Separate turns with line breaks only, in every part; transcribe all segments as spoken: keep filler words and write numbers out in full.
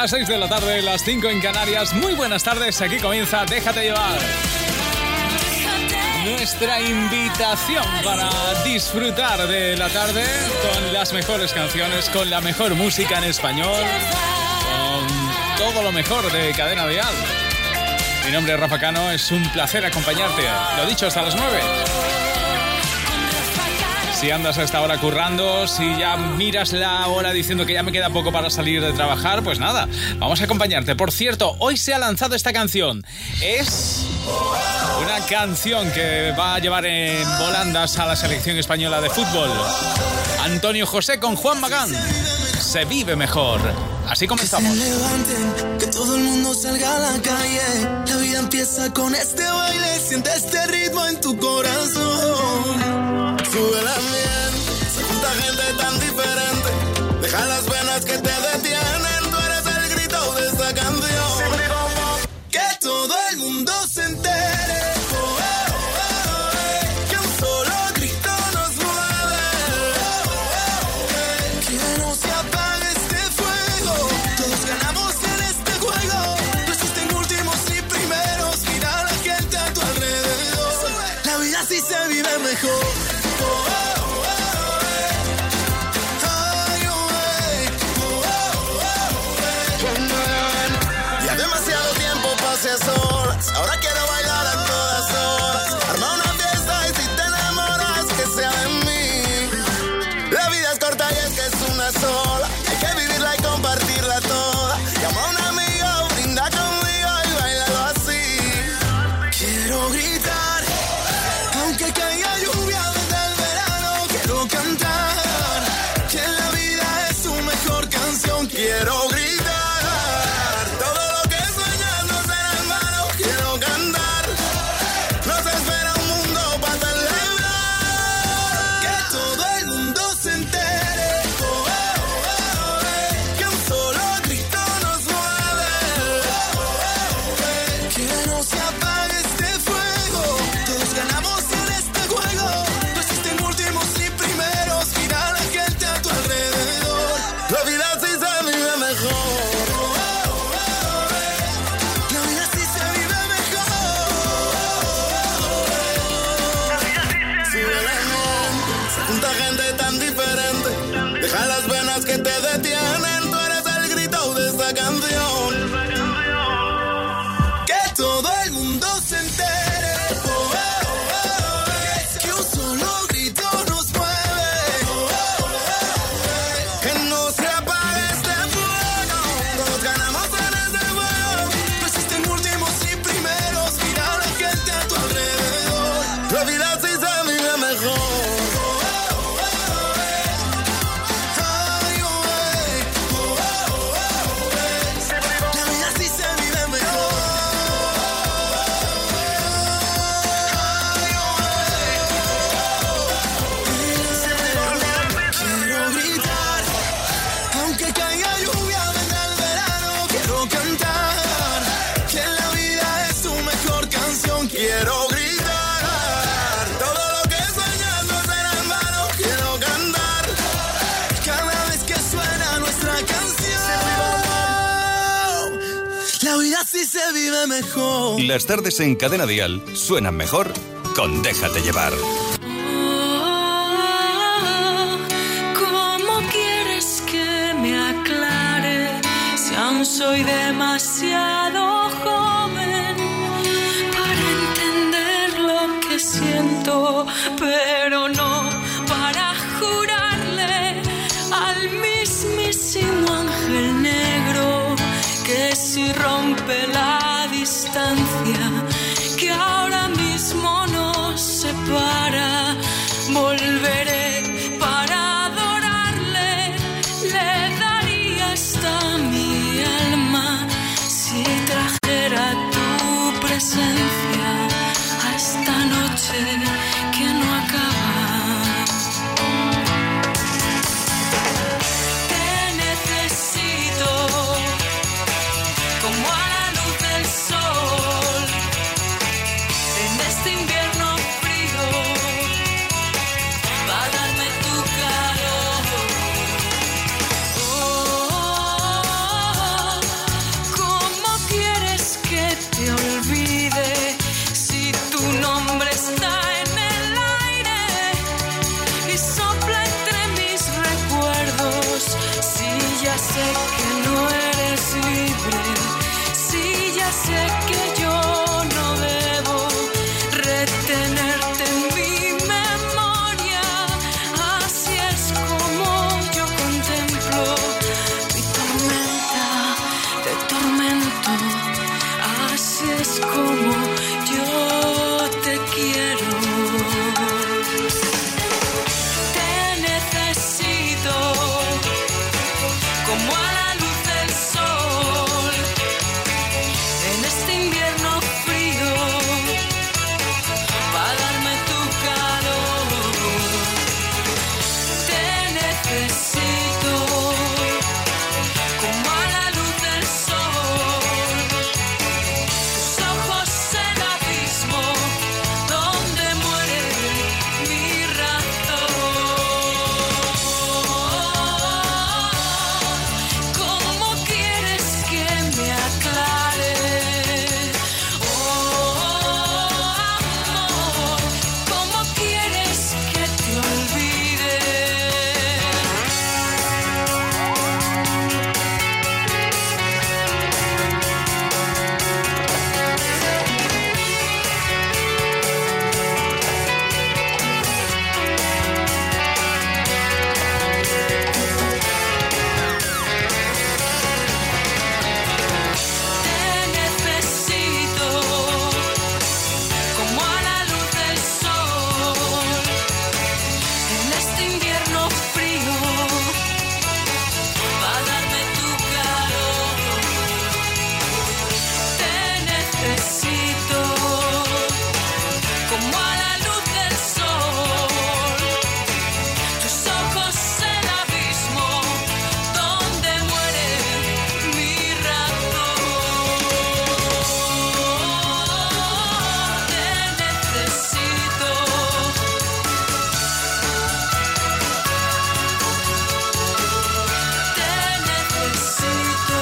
Las seis de la tarde, las cinco en Canarias. Muy buenas tardes, aquí comienza Déjate Llevar. Nuestra invitación para disfrutar de la tarde con las mejores canciones, con la mejor música en español, con todo lo mejor de Cadena Dial. Mi nombre es Rafa Cano, es un placer acompañarte. Lo dicho, hasta las nueve. Si andas a esta hora currando, si ya miras la hora diciendo que ya me queda poco para salir de trabajar, pues nada, vamos a acompañarte. Por cierto, hoy se ha lanzado esta canción. Es una canción que va a llevar en volandas a la selección española de fútbol. Antonio José con Juan Magán. Se vive mejor. Así comenzamos.
Que se levanten, que todo el mundo salga a la calle. La vida empieza con este baile. Siente este ritmo en tu corazón. Súbela bien, se junta gente tan diferente. Deja las venas que te detienen. Tú eres el grito de esta canción. Que todo el mundo se entere. Oh, oh, oh, eh, que un solo grito nos mueve. Oh, oh, eh, que no se apague este fuego. Todos ganamos en este juego. No existen últimos ni primeros. Mira a la gente a tu alrededor. La vida sí se vive mejor. Solas. Ahora quiero bailar a todas horas. Arma una fiesta y si te enamoras que sea de mí. La vida es corta y es que es una sola. Hay que vivirla y compartirla toda. Llama a un amigo, brinda conmigo y bailalo así. Quiero gritar, aunque caiga lluvia desde el verano. Quiero cantar, que la vida es su mejor canción. Quiero gritar. Se vive mejor.
Las tardes en Cadena Dial suenan mejor con Déjate Llevar.
Oh, ¿cómo quieres que me aclare si aún soy demasiado joven para entender lo que siento, pero no para jurarle al mismísimo ángel negro que si rompe la distancia que ahora mismo nos separa, volveré para adorarle, le daría hasta mi alma si trajera tu presencia a esta noche que no acaba. sé que yo no debo retenerte en mi memoria. Así es como yo contemplo mi tormenta de tormento. Así es como yo te quiero. Te necesito como a la luz del sol en este invierno frío, para darme tu calor. Te necesito como a la luz del sol. Tus ojos el abismo donde muere mi razón. ¿Cómo quieres que me aclare? Oh, amor, ¿cómo quieres que te olvide? Te necesito como a la luz del sol en este invierno frío, para darme tu calor. Te necesito como a la luz del sol. Tus ojos el abismo donde muere mi razón. Te necesito. Te necesito.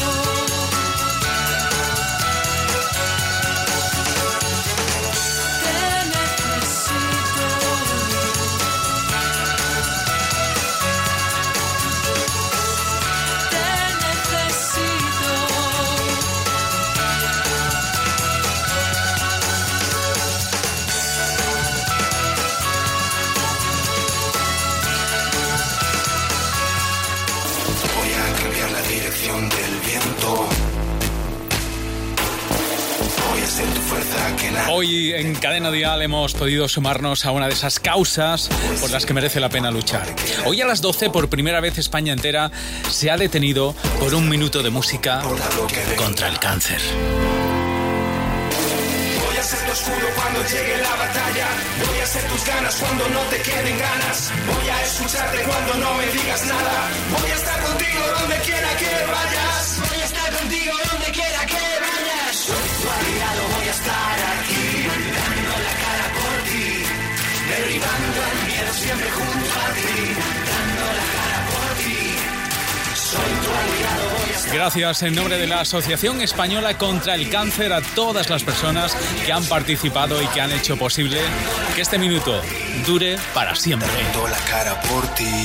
Te necesito. Te necesito.
Voy a cambiar la dirección del viento. Voy a ser tu fuerza que nada.
Hoy en Cadena Dial hemos podido sumarnos a una de esas causas por las que merece la pena luchar. Hoy a las doce, por primera vez España entera se ha detenido por un minuto de música contra el cáncer.
Voy a ser tu escudo cuando llegue la batalla. Voy a ser tus ganas cuando no te queden ganas. Voy a escucharte cuando no me digas nada. Voy a estar contigo donde quiera que vayas. Voy a estar contigo donde quiera que vayas. Soy tu aliado, voy a estar aquí, dando la cara por ti, derribando el miedo siempre junto a ti, dando la cara por ti. Soy tu aliado, voy a estar.
Gracias en nombre de la Asociación Española contra el Cáncer a todas las personas que han participado y que han hecho posible que este minuto dure para siempre.
Dando la cara por ti.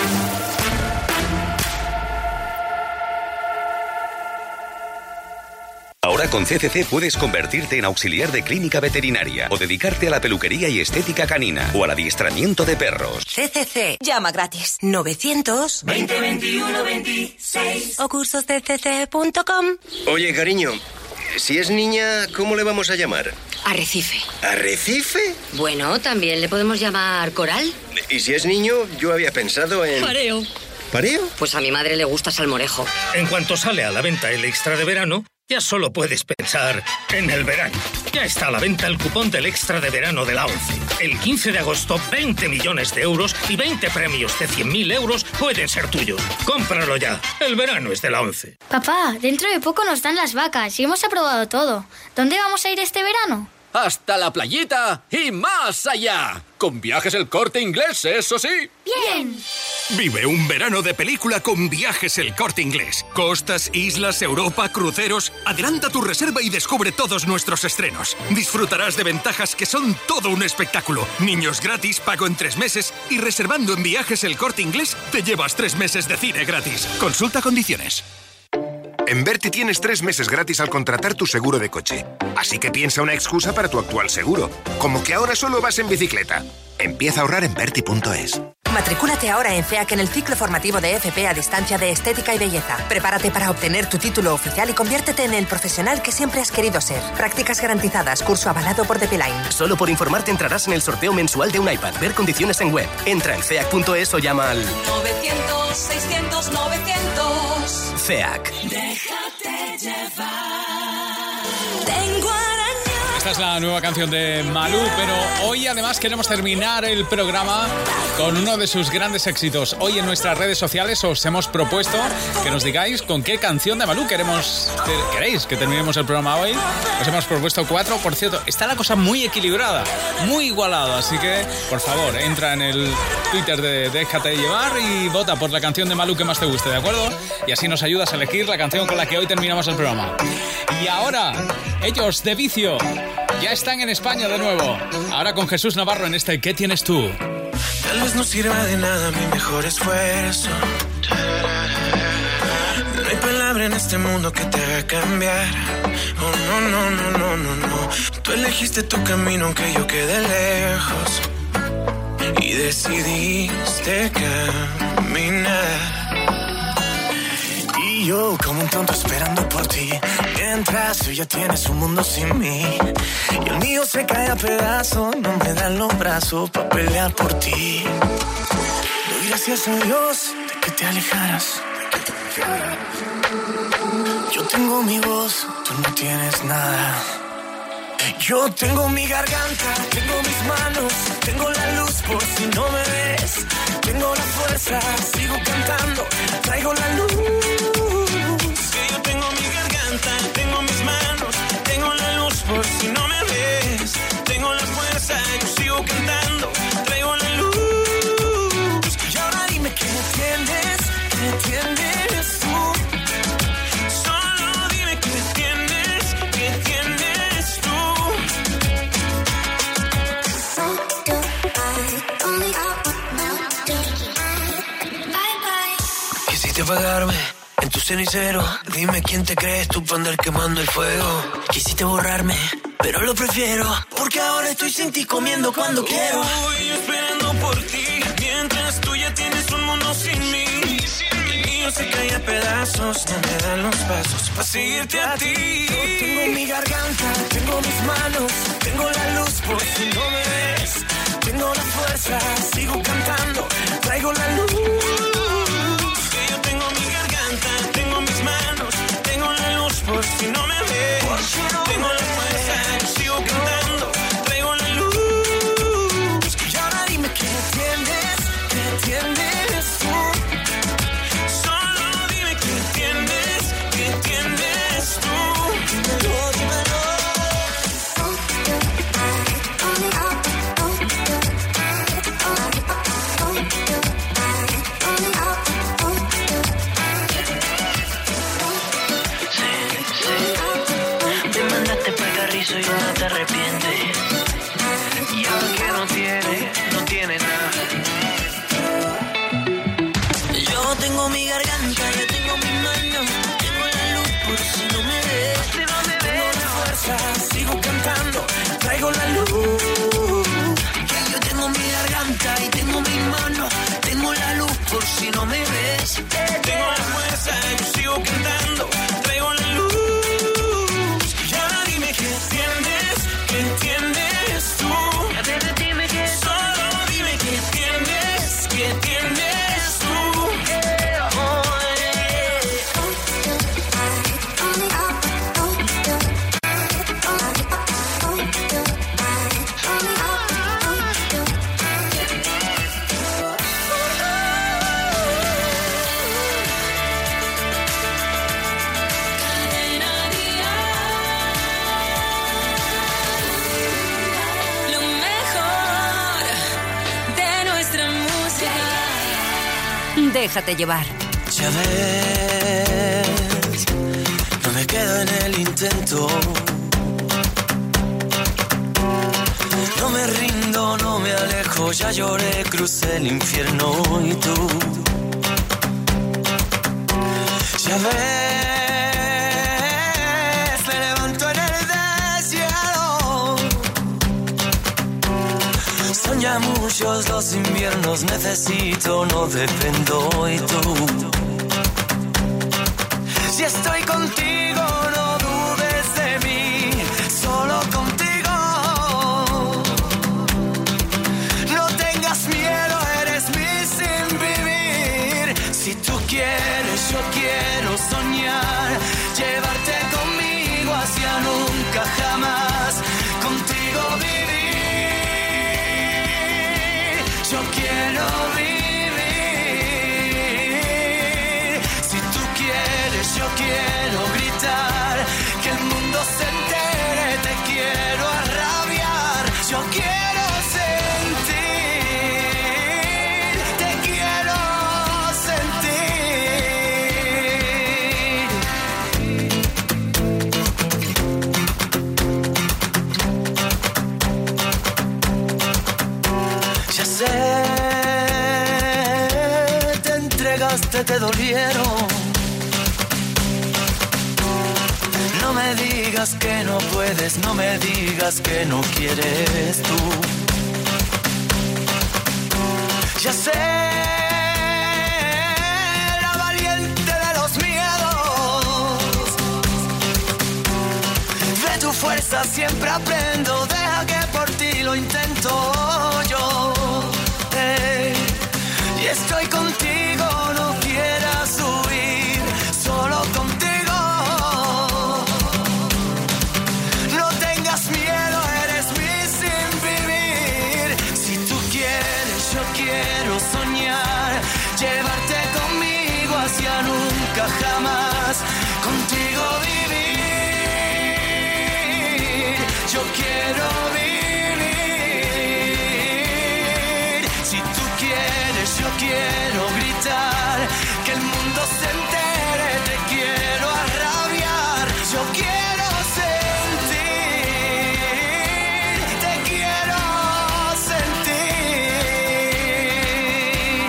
Ahora con C C C puedes convertirte en auxiliar de clínica veterinaria o dedicarte a la peluquería y estética canina o al adiestramiento de perros.
C C C. Llama gratis. novecientos veinte veintiuno veintiséis o cursos de c c punto com.
Oye, cariño, si es niña, ¿cómo le vamos a llamar?
Arrecife.
¿Arrecife?
Bueno, también le podemos llamar Coral.
Y si es niño, yo había pensado en...
Mareo.
¿Pareo?
Pues a mi madre le gusta salmorejo.
En cuanto sale a la venta el extra de verano, ya solo puedes pensar en el verano. Ya está a la venta el cupón del extra de verano de la ONCE. El quince de agosto, veinte millones de euros y veinte premios de cien mil euros pueden ser tuyos. Cómpralo ya. El verano es de la ONCE.
Papá, dentro de poco nos dan las vacas y hemos aprobado todo. ¿Dónde vamos a ir este verano?
Hasta la playita y más allá. Con Viajes El Corte Inglés, eso sí.
¡Bien!
Vive un verano de película con Viajes El Corte Inglés. Costas, islas, Europa, cruceros. Adelanta tu reserva y descubre todos nuestros estrenos. Disfrutarás de ventajas que son todo un espectáculo. Niños gratis, pago en tres meses. Y reservando en Viajes El Corte Inglés, te llevas tres meses de cine gratis. Consulta condiciones.
En Berti tienes tres meses gratis al contratar tu seguro de coche. Así que piensa una excusa para tu actual seguro. Como que ahora solo vas en bicicleta. Empieza a ahorrar en Berti punto es.
Matricúlate ahora en FEAC en el ciclo formativo de F P a distancia de Estética y Belleza. Prepárate para obtener tu título oficial y conviértete en el profesional que siempre has querido ser. Prácticas garantizadas, curso avalado por Depiline.
Solo por informarte entrarás en el sorteo mensual de un iPad. Ver condiciones en web. Entra en feac punto es o llama al
novecientos, seiscientos, novecientos.
FEAC.
Déjate llevar. Tengo araña.
Esta es la nueva canción de Malú, pero hoy además queremos terminar el programa con uno de sus grandes éxitos. Hoy en nuestras redes sociales os hemos propuesto que nos digáis con qué canción de Malú queremos, queréis que terminemos el programa hoy. Os hemos propuesto cuatro, por cierto, está la cosa muy equilibrada, muy igualada, así que por favor, entra en el Twitter de Déjate Llevar y vota por la canción de Malú que más te guste, ¿de acuerdo? Y así nos ayudas a elegir la canción con la que hoy terminamos el programa. Y ahora, ellos de Vicio ya están en España de nuevo. Ahora con Jesús Navarro en este ¿Qué tienes tú?
Tal vez no sirva de nada mi mejor esfuerzo. No hay palabra en este mundo que te haga cambiar. Oh, no, no, no, no, no, no. Tú elegiste tu camino aunque yo quedé lejos. Y decidiste caminar. Y yo como un tonto esperando por ti, mientras tú ya tienes un mundo sin mí. Y el mío se cae a pedazos, no me dan los brazos para pelear por ti. Doy gracias a Dios de que te alejaras. Yo tengo mi voz, tú no tienes nada. Yo tengo mi garganta, tengo mis manos, tengo la luz por si no me ves. Tengo la fuerza, sigo cantando, traigo la luz. Que yo tengo mi garganta, tengo mis manos, tengo la luz por si no me ves. Tengo la fuerza, yo sigo cantando, traigo la luz. Y ahora dime que me entiendes, me entiendes tú. Solo dime que me entiendes, que entiendes tú. Quisiste apagarme en tu cenicero. Dime quién te crees tú para andar quemando el fuego. Quisiste borrarme, pero lo prefiero, porque ahora estoy sin ti comiendo cuando quiero. Estoy esperando por ti, mientras tú ya tienes un mundo sin mí. El mío se cae a pedazos, no me dan los pasos para seguirte a ti. Yo tengo mi garganta, tengo mis manos, tengo la luz por si no me ves. Tengo la fuerza, sigo cantando, traigo la luz. Que yo tengo mi garganta, tengo mis manos, tengo la luz por si no me ves. Tengo la fuerza, yo sigo cantando, traigo la luz. Y ahora dime que me entiendes, me entiendes tú. Solo dime que me entiendes, que entiendes tú. Dímelo, dímelo. Y no te arrepientes. Y ahora que no tiene, no tiene nada. Yo tengo mi garganta, yo tengo mi mano, tengo la luz por si no me ves. Si no me tengo ves, la fuerza, sigo cantando, traigo la luz. Que yo tengo mi garganta y tengo mi mano, tengo la luz por si no me ves. Tengo la fuerza, yo sigo cantando, traigo la luz. ¿Qué entiendes? ¿Qué entiendes tú? Dime que solo dime que entiendes, que entiendes tú. Oh,
Déjate llevar.
Ya ves, no me quedo en el intento. No me rindo, no me alejo. Ya lloré, crucé el infierno y tú. Ya ves, ya muchos los inviernos necesito, no dependo de tú. Si estoy contigo, no dudes de mí, solo contigo. No tengas miedo, eres mi sin vivir. Si tú quieres, yo quiero soñar, llevarte conmigo hacia nunca jamás, contigo vivir. Yo quiero vivir. Si tú quieres, yo quiero gritar, que el mundo se entere, te quiero arrabiar. Yo quiero sentir, te quiero sentir. Ya sé, te entregaste, te dolieron. No me digas que no puedes, no me digas que no quieres tú. Ya sé, la valiente de los miedos. De tu fuerza siempre aprendo, deja que por ti lo intento yo. Hey, y estoy contigo, no quieras huir, solo contigo. No tengas miedo, eres mi sin vivir. Si tú quieres, yo quiero soñar, llevarte conmigo hacia nunca jamás, contigo vivir. Yo quiero vivir. Si tú quieres, yo quiero gritar, que el mundo se entere, te quiero arrabiar. Yo quiero sentir, te quiero sentir.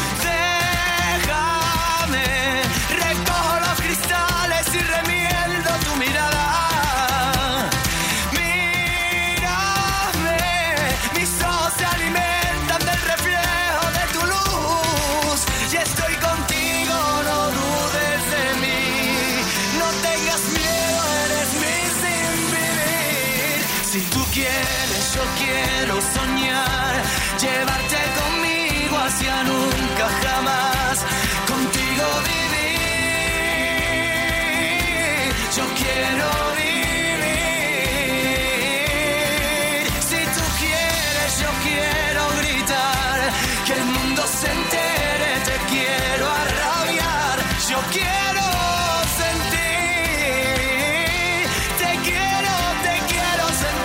Déjame, recojo los cristales y remiendo tu mirada. Mírame, mis ojos se alimentan del reflejo de tu luz. Y estoy contigo, no dudes de mí. No tengas miedo, eres mi sin vivir. Si tú quieres, yo quiero soñar, llevarte conmigo hacia nunca jamás, contigo vivir. Yo quiero vivir. Si tú quieres, yo quiero gritar, que el mundo se entere, te quiero arrabiar. Yo quiero sentir, te quiero, te quiero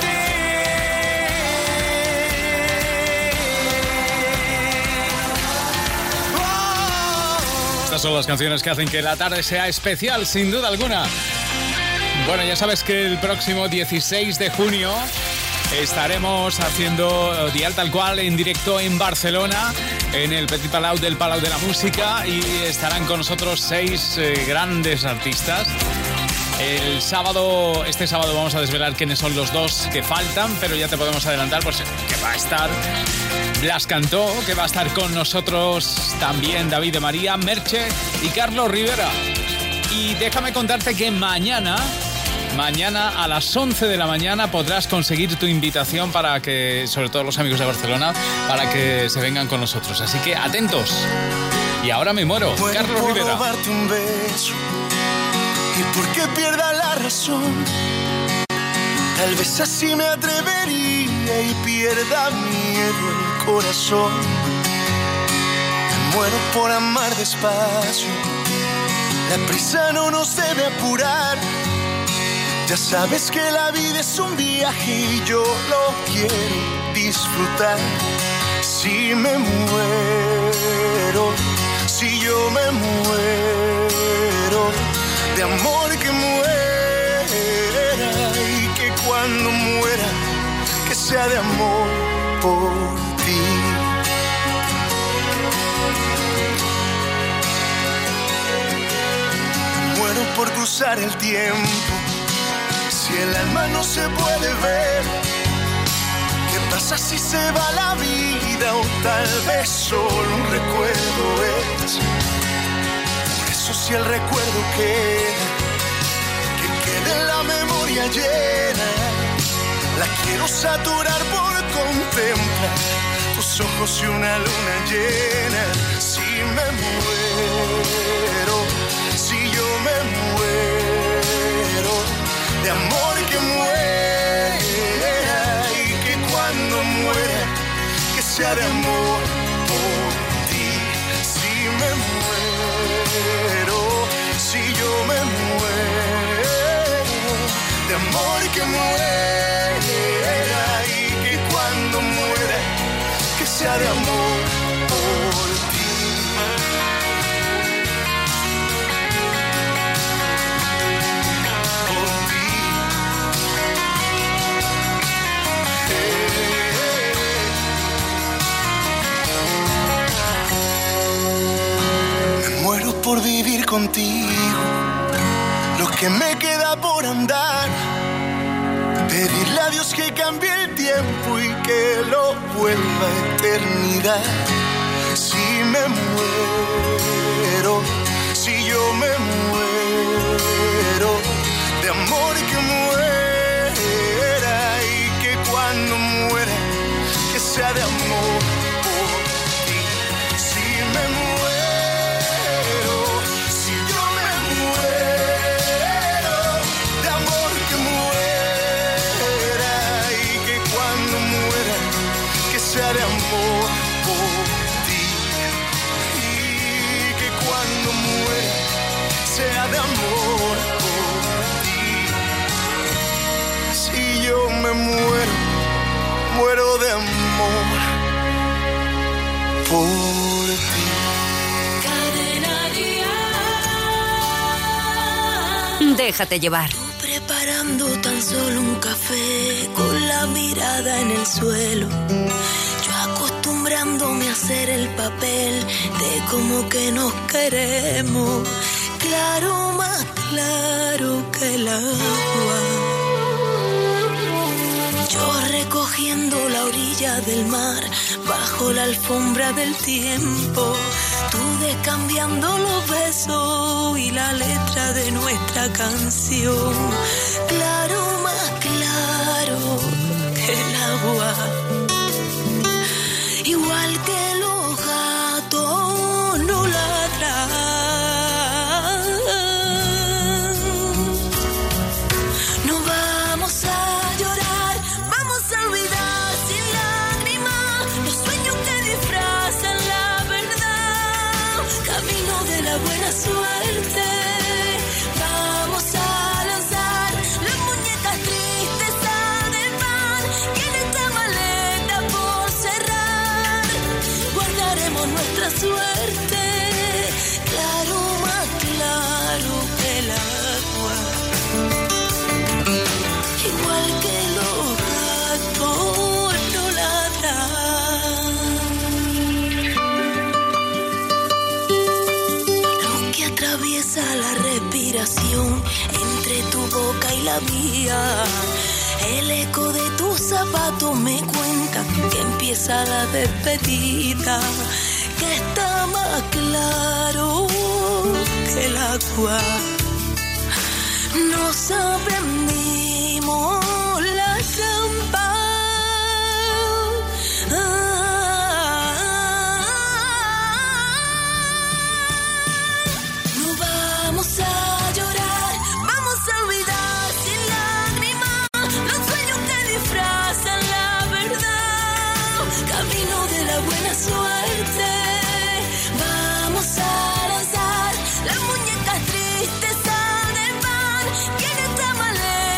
sentir. Oh.
Estas son las canciones que hacen que la tarde sea especial, sin duda alguna. Bueno, ya sabes que el próximo dieciséis de junio estaremos haciendo Dial Tal Cual en directo en Barcelona, en el Petit Palau del Palau de la Música, y estarán con nosotros seis eh, grandes artistas. El sábado, este sábado vamos a desvelar quiénes son los dos que faltan, pero ya te podemos adelantar pues, que va a estar Blas Cantó, que va a estar con nosotros también David de María, Merche y Carlos Rivera. Y déjame contarte que mañana... Mañana a las once de la mañana podrás conseguir tu invitación para que, sobre todo los amigos de Barcelona, para que se vengan con nosotros. Así que atentos. Y ahora me muero.
Puedo
Carlos Rivera.
robarte un beso y porque pierda la razón. Tal vez así me atrevería y pierda miedo el corazón. Me muero por amar despacio. La prisa no nos debe apurar. Ya sabes que la vida es un viaje y yo lo quiero disfrutar. Si me muero, si yo me muero, de amor que muera, y que cuando muera, que sea de amor por ti. Muero por cruzar el tiempo. Si el alma no se puede ver, que Quizás así se va la vida o tal vez solo un recuerdo es. Por eso si el recuerdo queda, que quede en la memoria llena. La quiero saturar por contemplar tus ojos y una luna llena. Si me muero, si yo me muero, de amor que muera, y que cuando muera, que sea de amor por ti. Si me muero, si yo me muero, de amor que muera, y que cuando muera, que sea de amor por ti. Por vivir contigo, lo que me queda por andar, pedirle a Dios que cambie el tiempo y que lo vuelva a eternidad. Si me muero, si yo me muero, de amor que muera, y que cuando muera, que sea de amor por ti. Si me muero, sea de amor por ti, y que cuando muera sea de amor por ti. Si yo me muero, muero de amor por ti.
Déjate llevar.
Preparando tan solo un café con la mirada en el suelo. Yo acostumbrándome a hacer el papel de como que nos queremos. Claro, más claro que el agua. Yo recogiendo la orilla del mar bajo la alfombra del tiempo. Tú descambiando los besos y la letra de nuestra canción. Claro, más claro que el agua. Igual que los gatos no ladran. No vamos a llorar, vamos a olvidar sin lágrimas los sueños que disfrazan la verdad. Camino de la buena suerte, vamos a lanzar las muñecas tristes del pan, que en esta maleta por cerrar guardaremos nuestra suerte. Claro, más claro que el agua. Igual que los gatos no ladran. Lo que atraviesa la respiración entre tu boca y la mía. El eco de tus zapatos me cuenta que empieza la despedida. Que está más claro que el agua. Nos aprendimos la trampa. No vamos a llorar, vamos a olvidar sin lágrimas los sueños que disfrazan la verdad. Camino de la buena suerte, vamos a lanzar las muñecas tristes del pan, que en esta maleta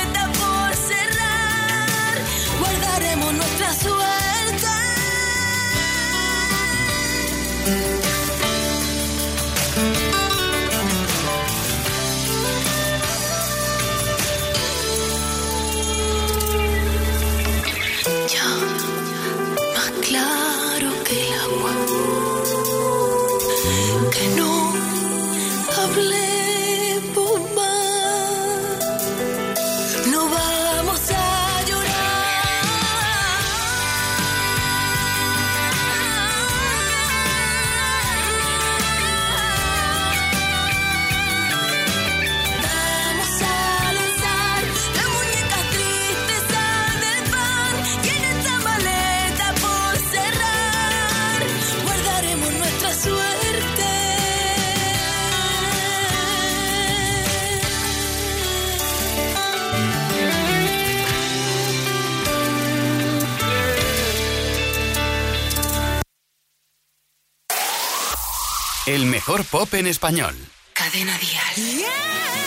El mejor pop en español.
Cadena Dial.
Yeah.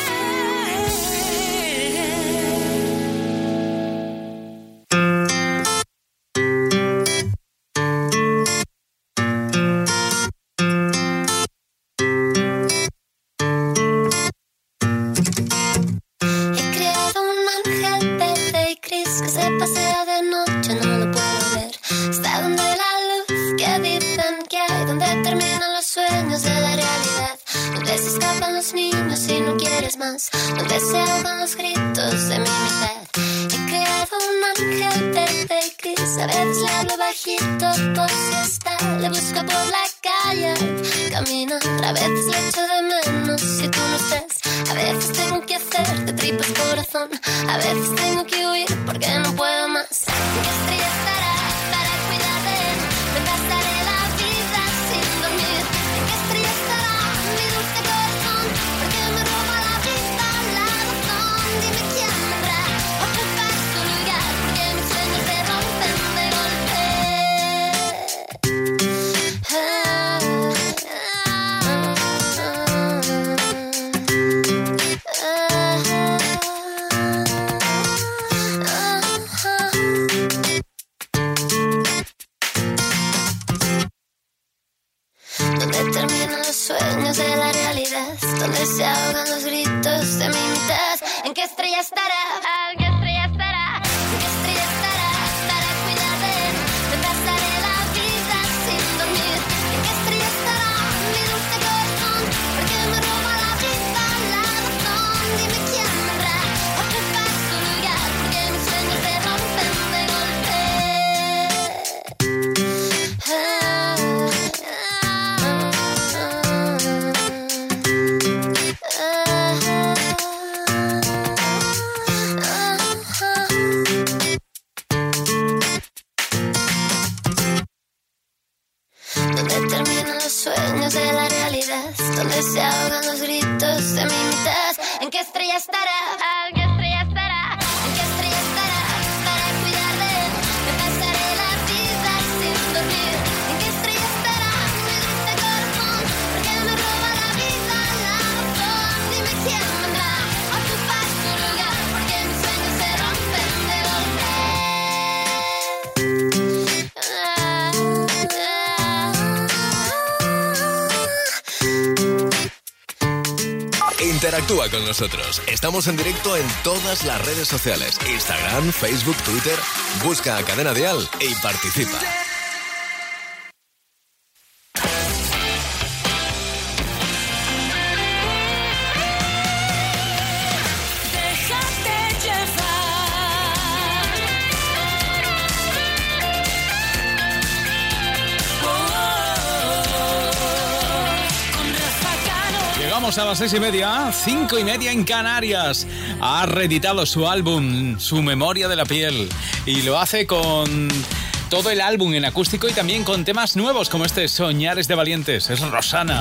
Donde se ahogan los gritos de mi mitad. He creado un ángel verde y gris. A veces le hablo bajito por si está. Le busco por la calle, caminar. A veces le echo de menos si tú no estás. A veces tengo que hacer de tripas corazón. A veces tengo que huir porque no puedo más. ¿En qué estrella estará para cuidar de él? Me pasaré la vida sin dormir. ¿En qué estrella estará mi dulce corazón? Porque me roba la vida, la razón. Dime quién vendrá a ocupar su lugar. Porque mis sueños se rompen de golpe. Ah, Donde terminan los sueños de la realidad, donde se ahogan los gritos de mi mitad. ¿En qué estrella estará? ¿En qué estrella estará? ¿En qué estrella estará para cuidar de él? Me pasaré la vida sin dormir. ¿En qué estrella estará mi dulce corazón? Porque me roba la vida, la razón. Dime quién vendrá a ocupar su lugar. Porque mis sueños se rompen de golpe. Ah. Donde terminan los sueños de la realidad, donde se ahogan los gritos de mi mitad. ¿En qué estrella estará? ¿En qué estrella estará? ¿En qué estrella estará para cuidar de él? Me pasaré la vida sin dormir. ¿En qué estrella estará mi dulce corazón? Porque me roba la vida, la razón. Dime quién vendrá a ocupar su lugar. Porque mis sueños se rompen de golpe. Ah,
Interactúa con nosotros. Estamos en directo en todas las redes sociales. Instagram, Facebook, Twitter. Busca a Cadena Dial y participa.
Déjate llevar. Oh, oh, oh. Con Rafa Cano.
Llegamos a las seis y media, cinco y media en Canarias. Ha reeditado su álbum, Su Memoria de la Piel, y lo hace con todo el álbum en acústico y también con temas nuevos como este Soñares de Valientes. Es Rosana.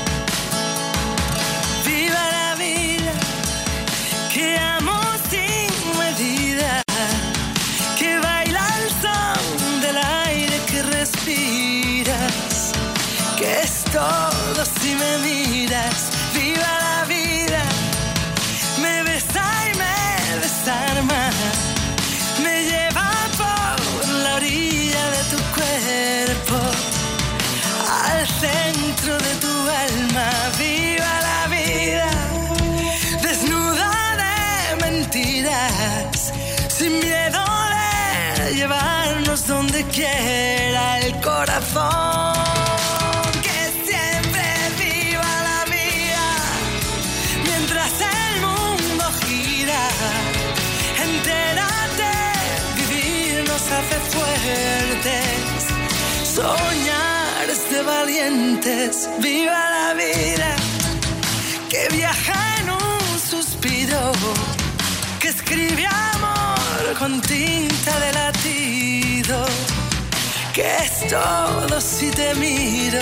Viva la vida, que amo sin medida, que baila al son del aire que respiras, que es todo si me miras. Viva la vida, me besa y me desarma, me lleva por la orilla de tu cuerpo, al centro de tu alma. Viva la vida, desnuda de mentiras, sin miedo de llevarnos donde quiera el corazón. Que siempre viva la vida, mientras el mundo gira. Entérate, vivir nos hace fuertes, soñar es de valientes. Viva la vida, que viaja en un suspiro, que escribe amor con tinta de latido, que es todo si te miro.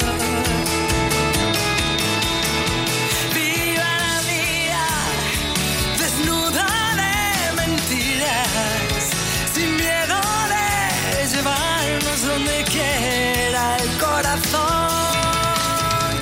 Viva la vida, desnuda de mentiras, sin miedo de llevarnos donde quiera el corazón.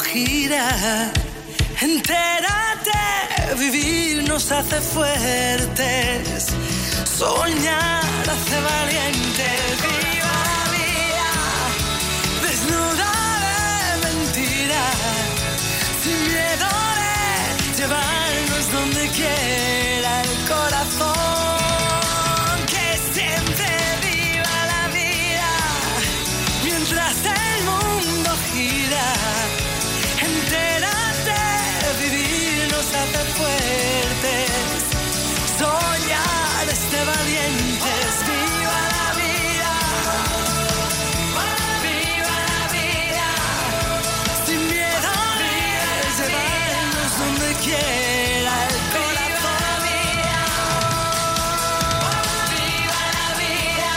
gira. Entérate, vivir nos hace fuertes, soñar hace valientes. Viva la vida, desnuda de mentiras, sin miedo de llevarnos donde quiera el corazón. Que siempre viva la vida, mientras el mundo gira. Entérate, vivir nos hace fuertes, soñar es de valientes. Viva la vida, viva la vida, sin miedo de llevarnos donde quiera el corazón. Viva la vida,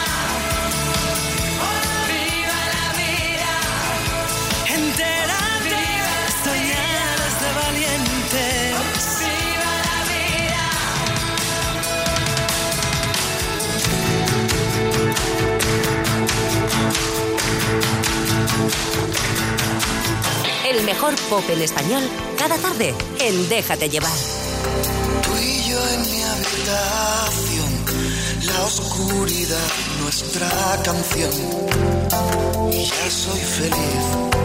viva la vida, entérate, soñar es de valientes. Viva la vida.
El mejor pop en español, cada tarde en Déjate Llevar.
Tú y yo en mi habitación, la oscuridad, nuestra canción, y ya soy feliz.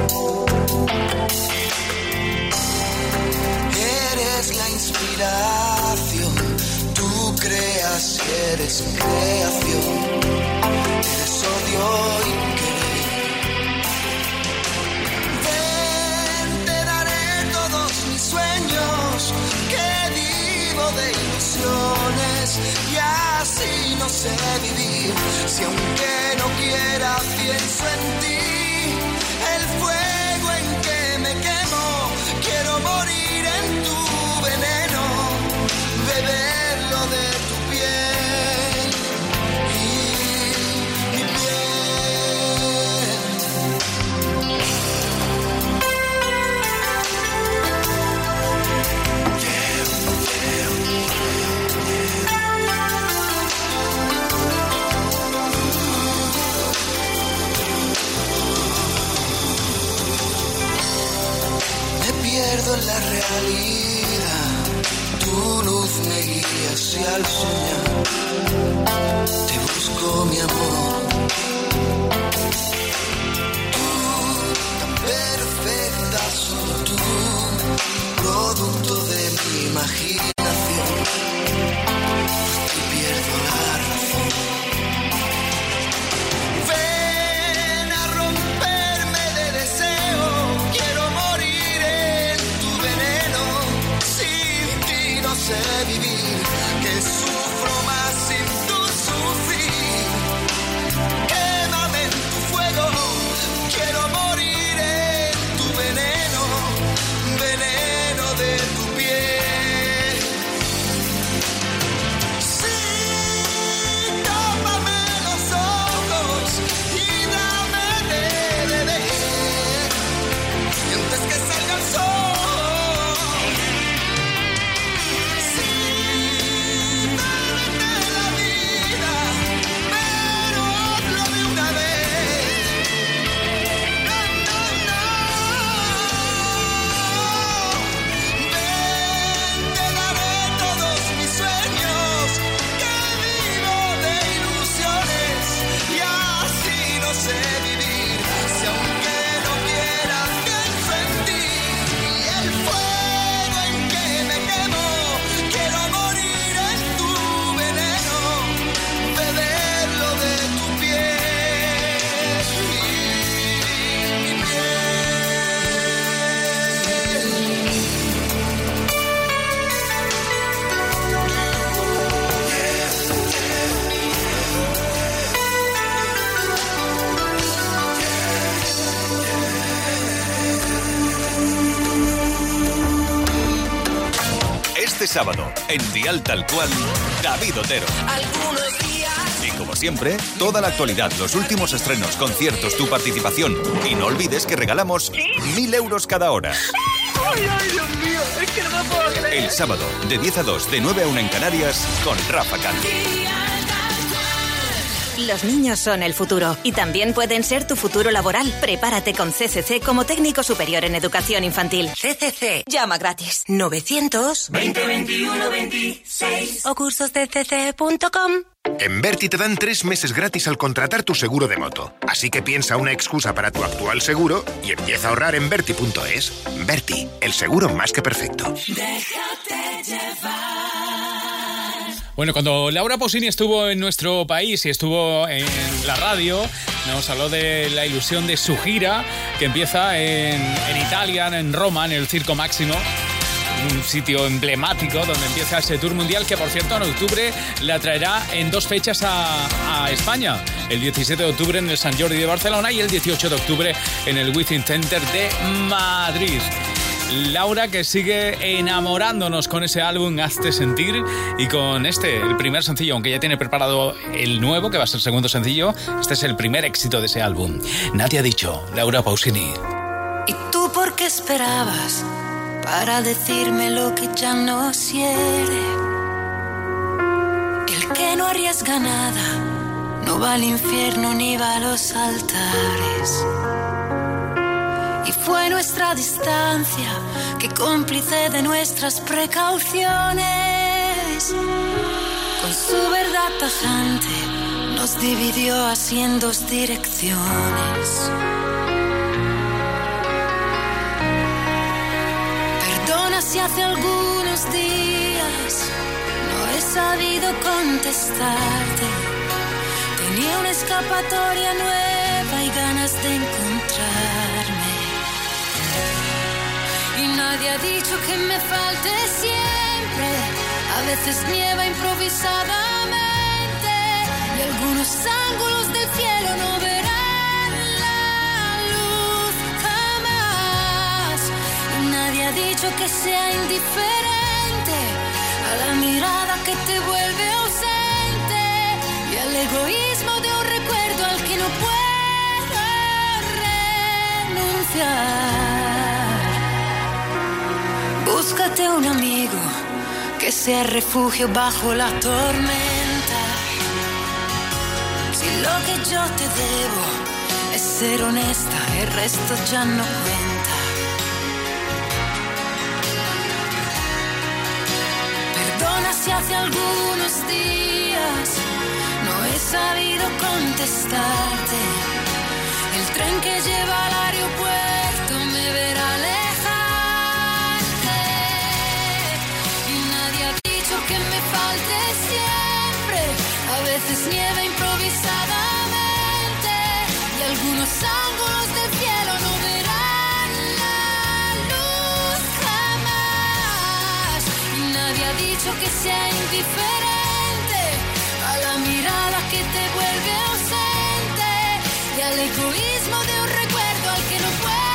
Eres la inspiración, tú creas y eres creación, eres odio y querer. Ven, te daré todos mis sueños, que vivo de ilusiones, y así no sé vivir, si aunque no quiera pienso en ti. El fuego en que me quemo, quiero morir en tu veneno, beberlo de tu piel y mi pierdo en la realidad, tu luz me guía hacia el soñar, te busco mi amor. Tú, tan perfecta, solo tú, producto de mi imaginación, y pierdo la razón. Ven a romperme de deseo, quiero morir en tu veneno, sin ti no sé vivir, que sufro más sin tu sufrir. Quémame en tu fuego, quiero morir en tu veneno, veneno de tu piel. Sí, tómame los ojos y dame de beber, y antes que salga el sol. Sí, dame la vida, pero hablo de una vez. No, no, no. Ven, te daré todos mis sueños, que vivo de ilusiones, y así no sé vivir, si aunque no quiera pienso en ti. Y el fuego en que me quemo, quiero morir en tu veneno, beberlo de tu piel y mi piel.
Este sábado, en Dial Tal Cual, David Otero.
Algunos días.
Y como siempre, toda la actualidad, los últimos estrenos, conciertos, tu participación. Y no olvides que regalamos mil euros cada hora.
Ay, ay, Dios mío, es que no me puedo creer.
El sábado, de diez a dos, de nueve a una en Canarias, con Rafa Cano.
Los niños son el futuro y también pueden ser tu futuro laboral. Prepárate con C C C como técnico superior en educación infantil.
C C C. Llama gratis. novecientos
veinte veintiuno veintiséis
o cursos de c c punto com.
En Berti te dan tres meses gratis al contratar tu seguro de moto. Así que piensa una excusa para tu actual seguro y empieza a ahorrar en Berti punto es. Berti, el seguro más que perfecto.
Déjate llevar.
Bueno, cuando Laura Pausini estuvo en nuestro país y estuvo en la radio, nos habló de la ilusión de su gira, que empieza en, en Italia, en Roma, en el Circo Máximo, un sitio emblemático donde empieza ese tour mundial que, por cierto, en octubre la traerá en dos fechas a, a España. El diecisiete de octubre en el Sant Jordi de Barcelona y el dieciocho de octubre en el Wizzing Center de Madrid. Laura, que sigue enamorándonos con ese álbum Hazte Sentir y con este, el primer sencillo, aunque ya tiene preparado el nuevo, que va a ser el segundo sencillo. Este es el primer éxito de ese álbum. Nadie ha dicho, Laura Pausini.
¿Y tú por qué esperabas para decirme lo que ya no quiere? El que no arriesga nada no va al infierno ni va a los altares. Y fue nuestra distancia que cómplice de nuestras precauciones, con su verdad tajante nos dividió así en dos direcciones. Perdona si hace algunos días no he sabido contestarte. Tenía una escapatoria nueva y ganas de encontrarme. Y nadie ha dicho que me falte siempre. A veces nieva improvisadamente y algunos ángulos del cielo no verán la luz jamás. Y nadie ha dicho que sea indiferente a la mirada que te vuelve ausente y al egoísmo de un recuerdo al que no puedo renunciar. Búscate un amigo que sea refugio bajo la tormenta. Si lo que yo te debo es ser honesta, el resto ya no cuenta. Perdona si hace algunos días no he sabido contestarte. El tren que lleva al aeropuerto me verá lejos. Que me falte siempre, a veces nieva improvisadamente y algunos ángulos del cielo no verán la luz jamás. Y nadie ha dicho que sea indiferente a la mirada que te vuelve ausente y al egoísmo de un recuerdo al que no puedo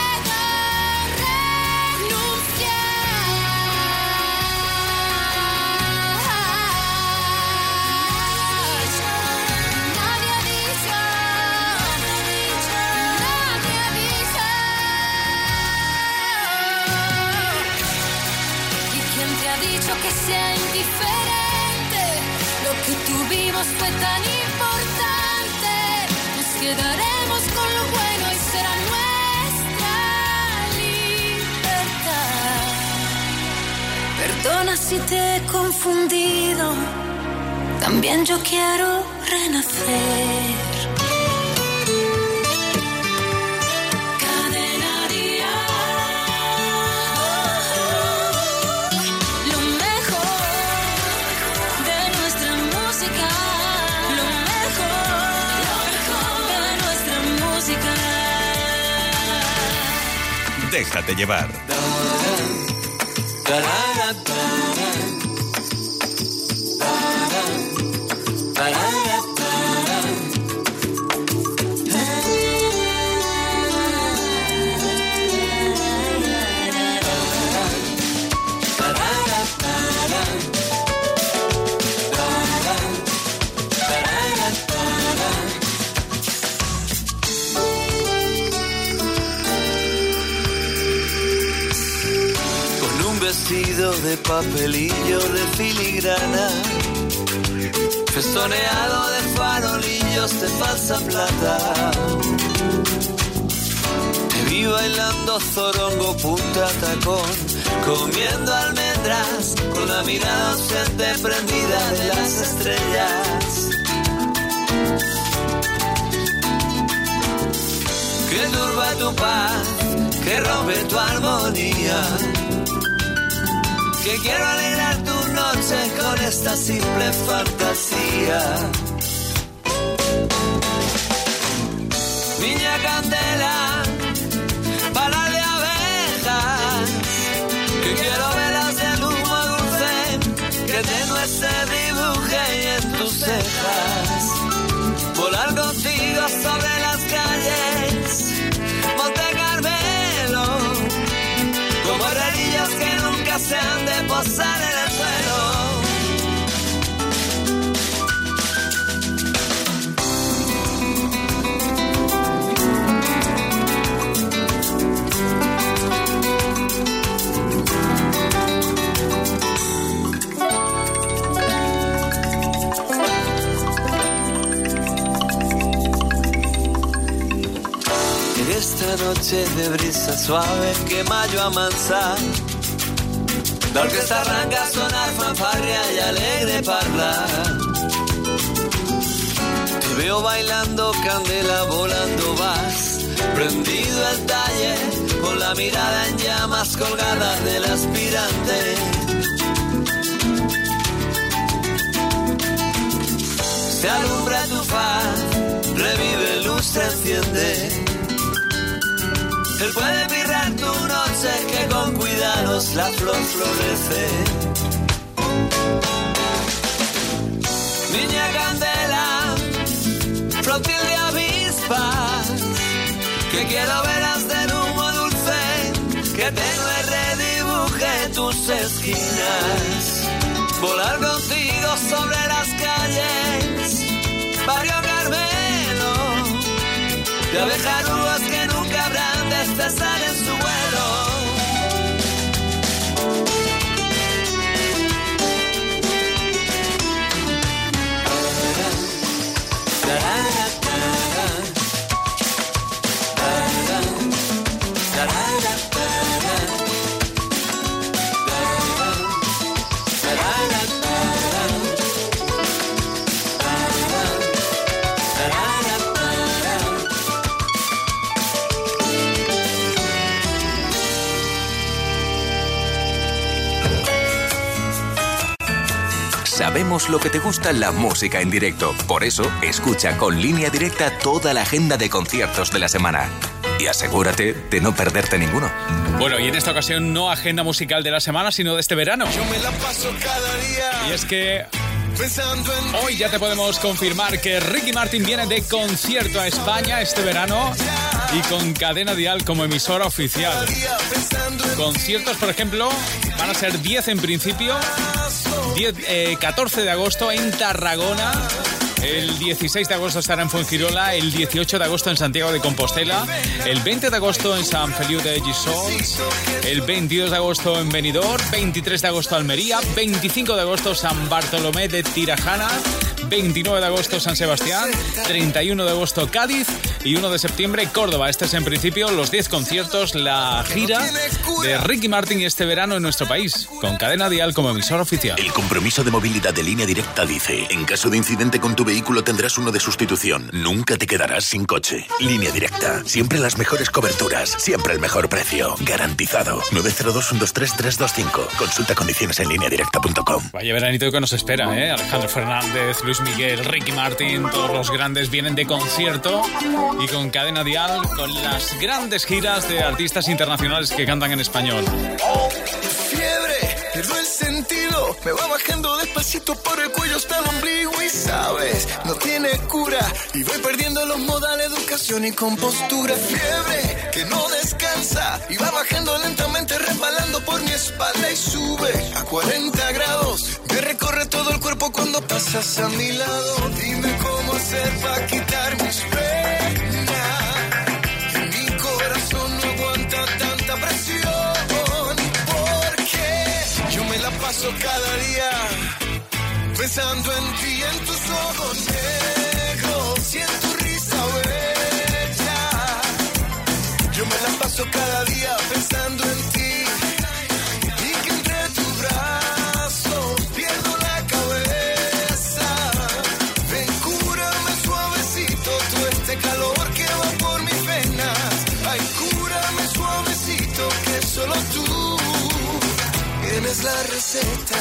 que sea indiferente. Lo que tuvimos fue tan importante. Nos quedaremos con lo bueno y será nuestra libertad. Perdona si te he confundido. También yo quiero renacer.
Déjate llevar.
Vestido de papelillo de filigrana, festoneado de farolillos de falsa plata. Te vi bailando zorongo, punta tacón, comiendo almendras, con la mirada ausente prendida de las estrellas. Que turba tu paz, que rompe tu armonía, que quiero alegrar tu noche con esta simple fantasía. Niña candela, para de abejas, que quiero velas de humo dulce, que tenue se dibuje en tus cejas. Volar contigo sobre las calles, Monte Carmelo, como herrerillos que nunca se han de posar en el suelo. Esta noche de brisa suave que mayo amansa, la orquesta arranca a sonar fanfarria y alegre parla. Te veo bailando candela, volando vas, prendido el talle, con la mirada en llamas colgada del aspirante. Se alumbra tu faz, revive luz, se enciende. Él puede pirrar tu noche que con cuidados la flor florece. Niña candela, flotil de avispas, que quiero veras de humo dulce, que tenue redibuje tus esquinas. Volar contigo sobre las calles, Barrio Carmelo, de abejarúas que nunca habrán de cesar en su vuelo.
Sabemos lo que te gusta la música en directo. Por eso, escucha con Línea Directa toda la agenda de conciertos de la semana. Y asegúrate de no perderte ninguno.
Bueno, y en esta ocasión no agenda musical de la semana, sino de este verano.
Yo me la paso cada día.
Y es que hoy ya te podemos confirmar que Ricky Martin viene de concierto a España este verano y con Cadena Dial como emisora oficial. Conciertos, por ejemplo, van a ser diez en principio, diez, eh, catorce de agosto en Tarragona, el dieciséis de agosto estará en Fuengirola, el dieciocho de agosto en Santiago de Compostela, el veinte de agosto en Sant Feliu de Guíxols, el veintidós de agosto en Benidorm, veintitrés de agosto Almería, veinticinco de agosto San Bartolomé de Tirajana, veintinueve de agosto San Sebastián, treinta y uno de agosto Cádiz y uno de septiembre Córdoba. Este es en principio los diez conciertos, la gira de Ricky Martin este verano en nuestro país, con Cadena Dial como emisora oficial.
El compromiso de movilidad de Línea Directa dice: en caso de incidente con tu vehículo tendrás uno de sustitución. Nunca te quedarás sin coche. Línea Directa, siempre las mejores coberturas, siempre el mejor precio, garantizado. nueve cero dos, uno dos tres, tres dos cinco. Consulta condiciones en línea directa punto com.
Vaya veranito que nos espera, ¿eh? Alejandro Fernández, Luis Miguel, Ricky Martin, todos los grandes vienen de concierto y con Cadena Dial, con las grandes giras de artistas internacionales que cantan en español.
Fiebre, pierdo el sentido, me va bajando despacito por el cuello hasta el ombligo y sabes, no tiene cura y voy perdiendo los modales, educación y compostura. Fiebre, que no descansa y va bajando lentamente resbalando por mi espalda y sube a cuarenta grados, me recorre todo el cuerpo cuando pasas a mi lado. Dime cómo hacer para quitar mis penas, que mi corazón no aguanta tanta presión, porque yo me la paso cada día pensando en ti, en tus ojos negros y en tu risa bella. Yo me la paso cada día pensando en ti y que entre tus brazos pierdo la cabeza. Ven, cúrame suavecito todo este calor que va por mis venas. Ay, cúrame suavecito que solo tú tienes la receta.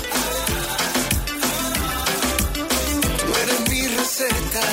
Tú eres mi receta.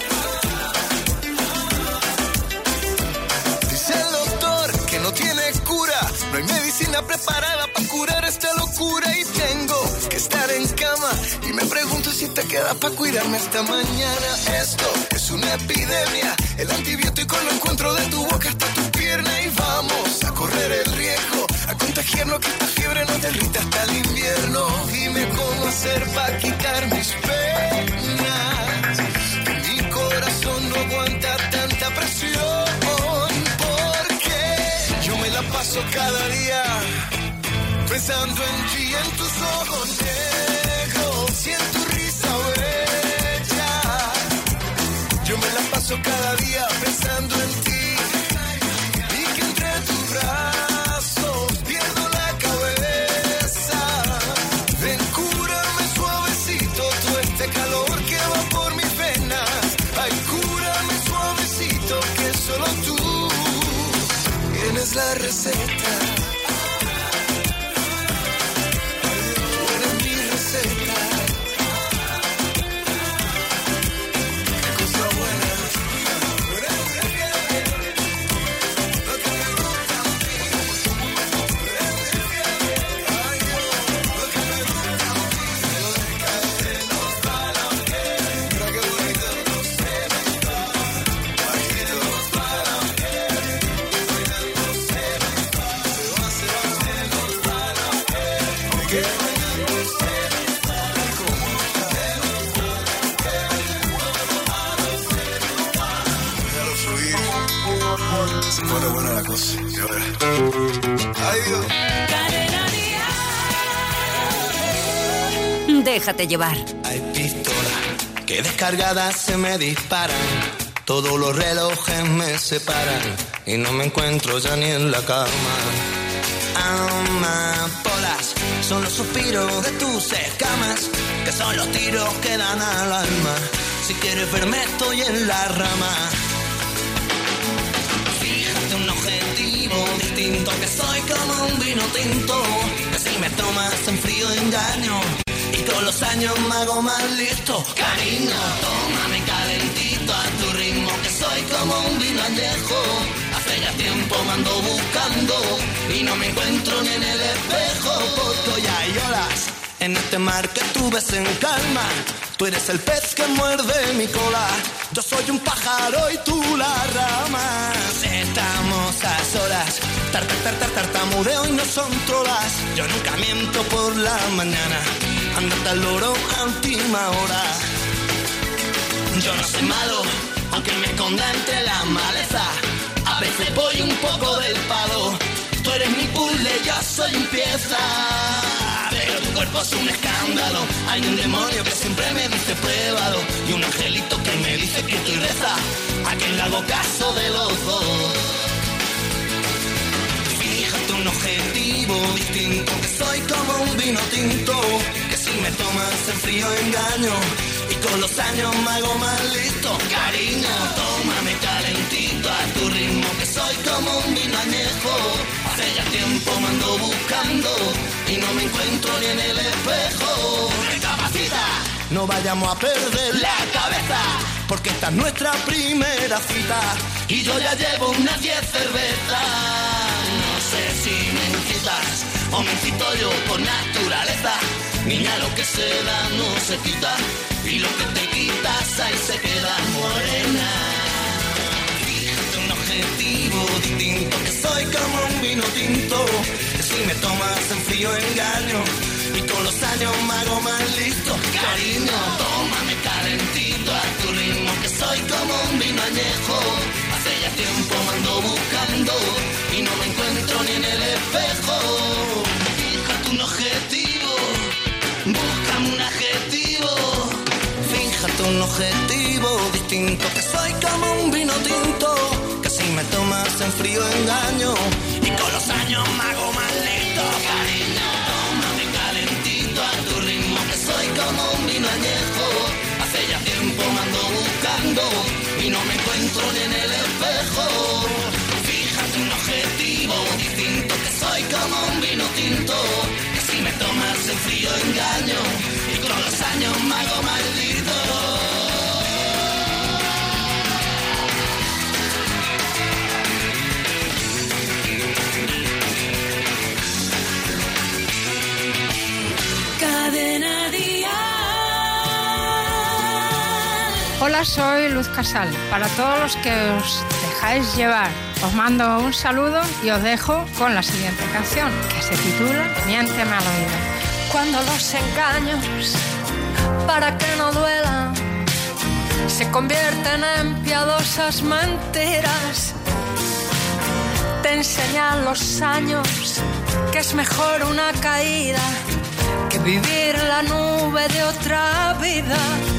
Dice el doctor que no tiene cura. No hay medicina preparada para curar esta locura. Y tengo que estar en cama. Y me pregunto si te queda para cuidarme esta mañana. Esto es una epidemia. El antibiótico lo encuentro de tu boca hasta tu pierna. Y vamos a correr el riesgo a contagiarnos, que esta fiebre nos derrita hasta el invierno. Dime cómo hacer para quitar mis penas, que mi corazón no aguanta tanta presión. Porque yo me la paso cada día pensando en ti, en tus ojos negros y en tu risa bella. Yo me la paso cada día pensando en ti y que entre tus brazos pierdo la cabeza. Ven, cúrame suavecito todo este calor que va por mis venas. Ay, cúrame suavecito que solo tú tienes la receta. Tú eres mi receta. Qué cosa buena. Se pone buena la cosa. Y ahora. Ay, Dios.
Déjate llevar.
Hay pistolas que descargadas se me disparan. Todos los relojes me separan y no me encuentro ya ni en la cama. Amapolas son los suspiros de tus escamas, que son los tiros que dan al alma. Si quieres verme estoy en la rama. Fíjate un objetivo distinto, que soy como un vino tinto, que si me tomas en frío engaño y con los años me hago más listo. Cariño, tómame calentito a tu ritmo, que soy como un vino añejo. Hace ya tiempo me ando buscando y no me encuentro ni en el espejo. Porque hoy hay olas en este mar que tú ves en calma. Tú eres el pez que muerde mi cola. Yo soy un pájaro y tú la rama. Estamos a solas, tar, tar, tar, tar, tartamudeo y no son trolas. Yo nunca miento por la mañana, andate al loro a última hora. Yo no soy malo, aunque me esconda entre la maleza. A veces voy un poco del palo. Tú eres mi puzzle, yo soy un pieza. Pero tu cuerpo es un escándalo. Hay un demonio que siempre me dice pruébalo, y un angelito que me dice que tú reza. A quien le hago caso de los dos. Fíjate un objetivo distinto, que soy como un vino tinto, que si me tomas en frío engaño y con los años me hago más listo. Cariño, tómame calentito a tu ritmo, que soy como un vino añejo. Hace ya tiempo me ando buscando y no me encuentro ni en el espejo. Recapacita, no vayamos a perder la cabeza, porque esta es nuestra primera cita y yo ya llevo unas diez cervezas. No sé si me incitas o me incito yo por naturaleza. Niña, lo que se da no se quita, y lo que te quitas ahí se queda morena. Fíjate un objetivo distinto, que soy como un vino tinto, que si me tomas en frío engaño y con los años me hago más listo. Cariño, tómame calentito a tu ritmo, que soy como un vino añejo. Hace ya tiempo me ando buscando y no me encuentro ni en el espejo. Fíjate un objetivo, búscame un adjetivo. un objetivo distinto, que soy como un vino tinto, que si me tomas en frío engaño, y con los años me hago más listo. Cariño, tómame calentito a tu ritmo, que soy como un vino añejo, hace ya tiempo me ando buscando y no me encuentro ni en el espejo. Fíjate un objetivo distinto, que soy como un vino tinto, que si me tomas en frío engaño, y con los años me hago maldito.
Cadena Dial.
Hola, soy Luz Casal. Para todos los que os dejáis llevar, os mando un saludo y os dejo con la siguiente canción, que se titula Miénteme al oído.
Cuando los engaños, para que no duelan, se convierten en piadosas mentiras, te enseñan los años que es mejor una caída que vivir la nube de otra vida.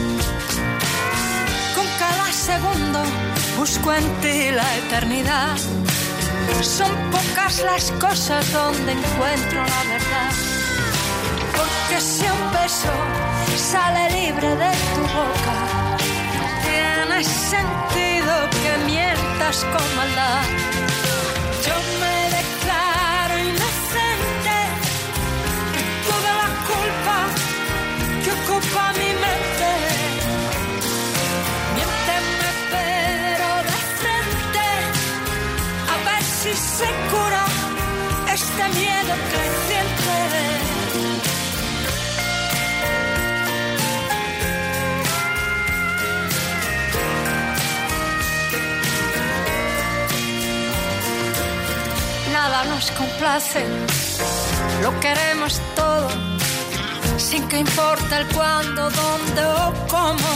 Con cada segundo busco en ti la eternidad. Son pocas las cosas donde encuentro la verdad. Porque si un beso sale libre de tu boca, tiene sentido que mientas con maldad. Yo me declaro inocente de toda la culpa que ocupa mi mente. Miénteme pero de frente, a ver si se cura este miedo creciente. Nada nos complace, lo queremos todo, sin que importe el cuándo, dónde o cómo.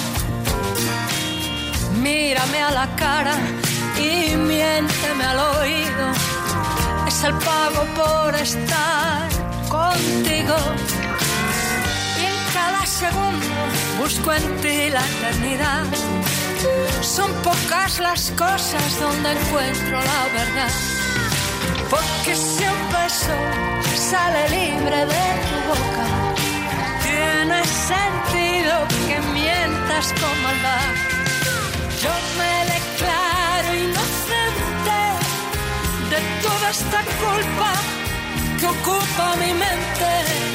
Mírame a la cara y miénteme al oído, es el pago por estar contigo. Y en cada segundo busco en ti la eternidad. Son pocas las cosas donde encuentro la verdad. Porque si un beso sale libre de tu boca, tiene sentido que mientas con maldad. Yo me declaro inocente de toda esta culpa que ocupa mi mente.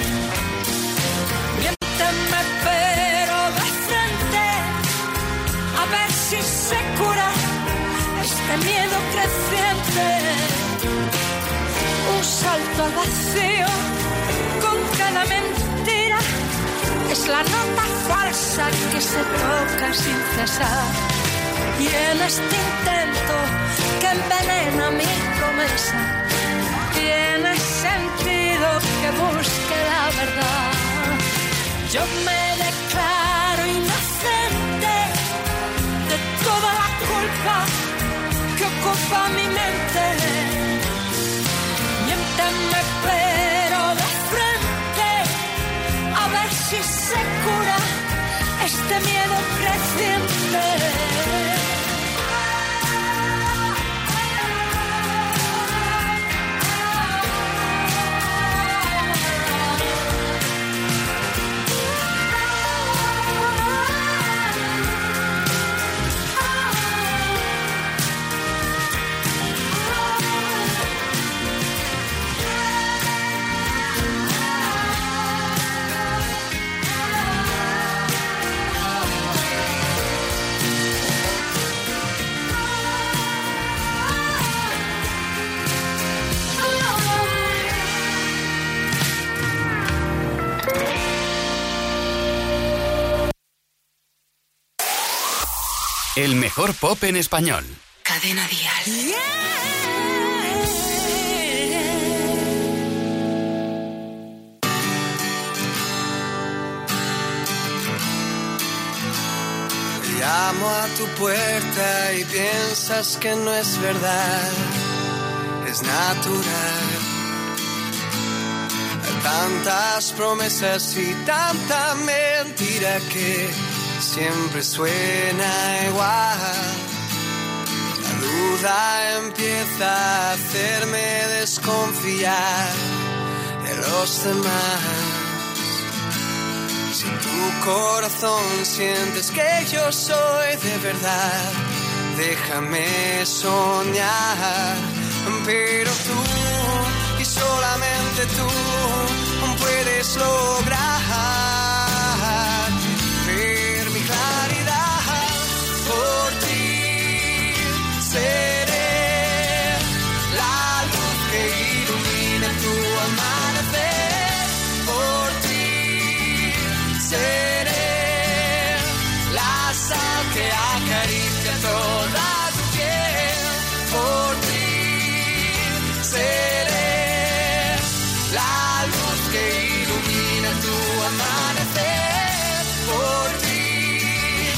Miénteme pero de frente, a ver si se cura este miedo creciente. Un salto al vacío con cada mentira es la nota falsa que se toca sin cesar. Y en este intento que envenena mi promesa, tiene sentido que busque la verdad. Yo me declaro inocente de toda la culpa que ocupa mi mente. Miénteme pero de frente, a ver si se cura este miedo creciente.
El mejor pop en español.
Cadena Dial.
Yeah.
Llamo a tu puerta y piensas que no es verdad, es natural. Tantas promesas y tanta mentira que
siempre suena igual. La duda empieza a hacerme desconfiar de los demás. Si tu corazón sientes que yo soy de verdad, déjame soñar. Pero tú y solamente tú puedes lograr ver mi claridad. Por ti seré la luz que ilumina tu amanecer. Por ti seré la sal que acaricia toda tu piel. Por ti seré la luz que ilumina tu amanecer. Por ti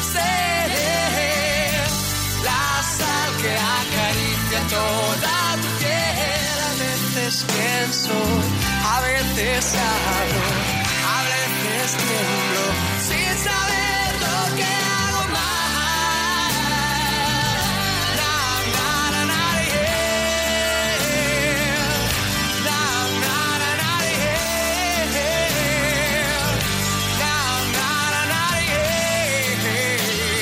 seré la sal que acaricia toda tu piel. A veces pienso, a veces hablo, a veces tiemblo sin saber lo que hago mal. Na, na, na, na, yeah. Na, na, na, na, yeah. Na, na, na, na, yeah.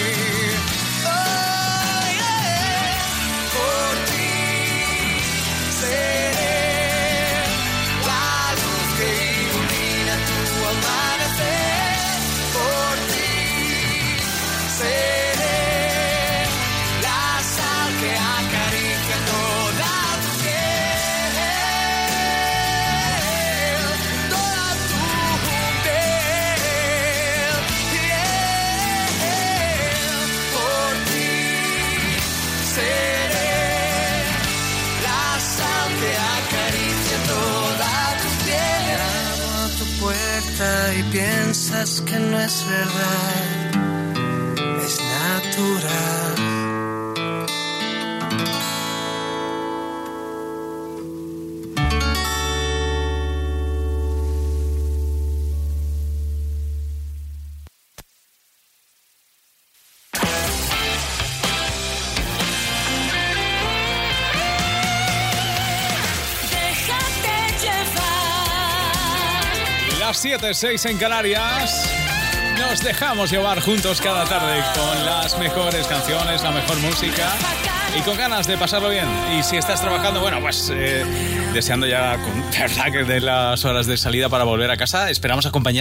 Oh, yeah. Por ti seré la luz que ilumina tu amanecer. Por ti seré la sal que acaricia toda tu piel, toda tu piel, yeah. Por ti seré la sal que acaricia toda tu piel. Llamo a tu puerta y piensas que no es verdad, es natural.
Déjate llevar.
Las siete seis en Canarias. Nos dejamos llevar juntos cada tarde con las mejores canciones, la mejor música y con ganas de pasarlo bien. Y si estás trabajando, bueno, pues eh, deseando ya con verdad que de las horas de salida para volver a casa, esperamos acompañar.